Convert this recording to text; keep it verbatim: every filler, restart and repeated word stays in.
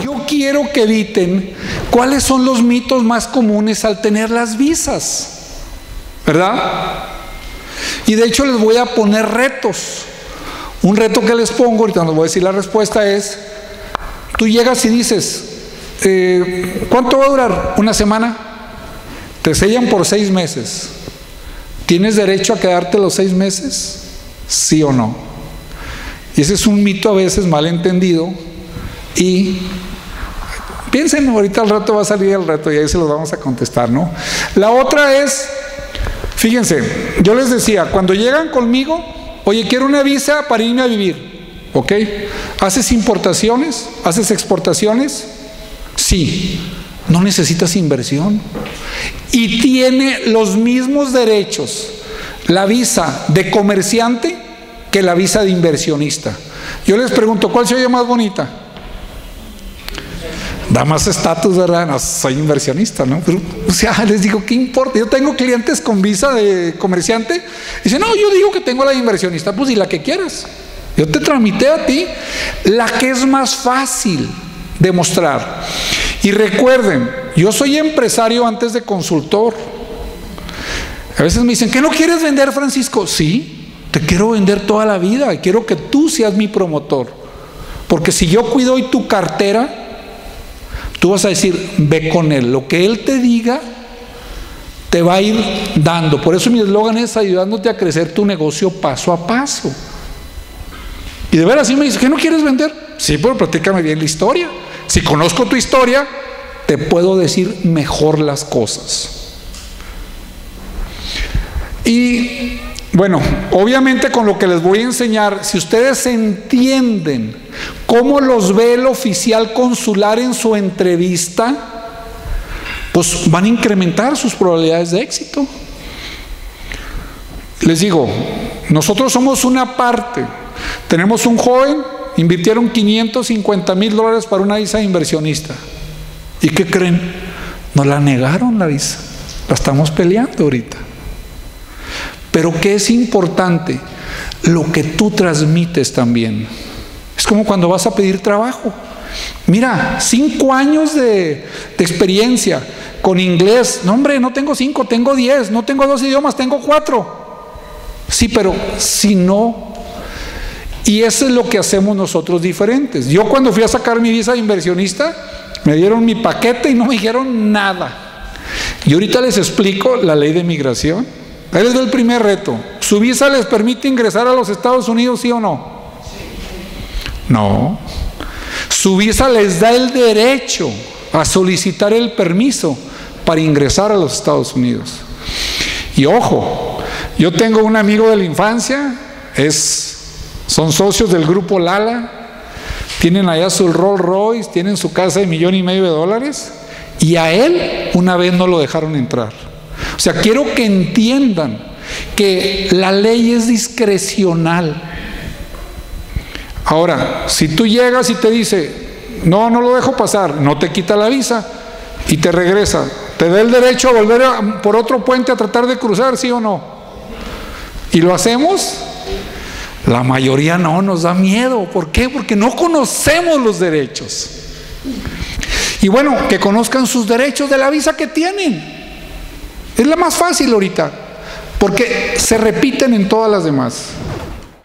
yo quiero que eviten cuáles son los mitos más comunes al tener las visas, ¿verdad? Y de hecho les voy a poner retos. Un reto que les pongo, ahorita les voy a decir la respuesta, es: tú llegas y dices, eh, ¿cuánto va a durar? ¿Una semana? Te sellan por seis meses. ¿Tienes derecho a quedarte los seis meses? ¿Sí o no? Y ese es un mito a veces mal entendido. Y piensen, ahorita al rato va a salir el reto y ahí se los vamos a contestar, ¿no? La otra es, fíjense, yo les decía, cuando llegan conmigo, oye, quiero una visa para irme a vivir, ¿ok? ¿Haces importaciones? ¿Haces exportaciones? Sí. No necesitas inversión. Y tiene los mismos derechos la visa de comerciante que la visa de inversionista. Yo les pregunto, ¿cuál se oye más bonita? Da más estatus, ¿verdad? No, soy inversionista, ¿no? Pero, o sea, les digo, ¿qué importa? Yo tengo clientes con visa de comerciante. Dicen, no, yo digo que tengo la de inversionista. Pues, y la que quieras. Yo te tramité a ti la que es más fácil de mostrar. Y recuerden, yo soy empresario antes de consultor. A veces me dicen, ¿qué no quieres vender, Francisco? Sí, te quiero vender toda la vida y quiero que tú seas mi promotor. Porque si yo cuido hoy tu cartera, tú vas a decir, ve con él. Lo que él te diga, te va a ir dando. Por eso mi eslogan es ayudándote a crecer tu negocio paso a paso. Y de veras, si me dices, ¿qué no quieres vender? Sí, pero platícame bien la historia. Si conozco tu historia, te puedo decir mejor las cosas. Y bueno, obviamente con lo que les voy a enseñar, si ustedes entienden cómo los ve el oficial consular en su entrevista, pues van a incrementar sus probabilidades de éxito. Les digo, nosotros somos una parte. Tenemos un joven, invirtieron quinientos cincuenta mil dólares para una visa de inversionista. ¿Y qué creen? Nos la negaron la visa. La estamos peleando ahorita. Pero ¿qué es importante? Lo que tú transmites también. Es como cuando vas a pedir trabajo. Mira, cinco años de, de experiencia con inglés. No, hombre, no tengo cinco, tengo diez. No tengo dos idiomas, tengo cuatro. Sí, pero si no... Y eso es lo que hacemos nosotros diferentes. Yo cuando fui a sacar mi visa de inversionista, me dieron mi paquete y no me dijeron nada. Y ahorita les explico la ley de migración. Ahí les doy el primer reto. ¿Su visa les permite ingresar a los Estados Unidos, sí o no? No. Su visa les da el derecho a solicitar el permiso para ingresar a los Estados Unidos. Y ojo, yo tengo un amigo de la infancia, es... son socios del grupo Lala, tienen allá su Rolls Royce, tienen su casa de millón y medio de dólares, y a él una vez no lo dejaron entrar. O sea, quiero que entiendan que la ley es discrecional. Ahora, si tú llegas y te dice, no, no lo dejo pasar, no te quita la visa y te regresa, ¿te da el derecho a volver a, por otro puente a tratar de cruzar, sí o no? ¿Y lo hacemos? La mayoría no, nos da miedo. ¿Por qué? Porque no conocemos los derechos. Y bueno, que conozcan sus derechos de la visa que tienen. Es la más fácil ahorita, porque se repiten en todas las demás.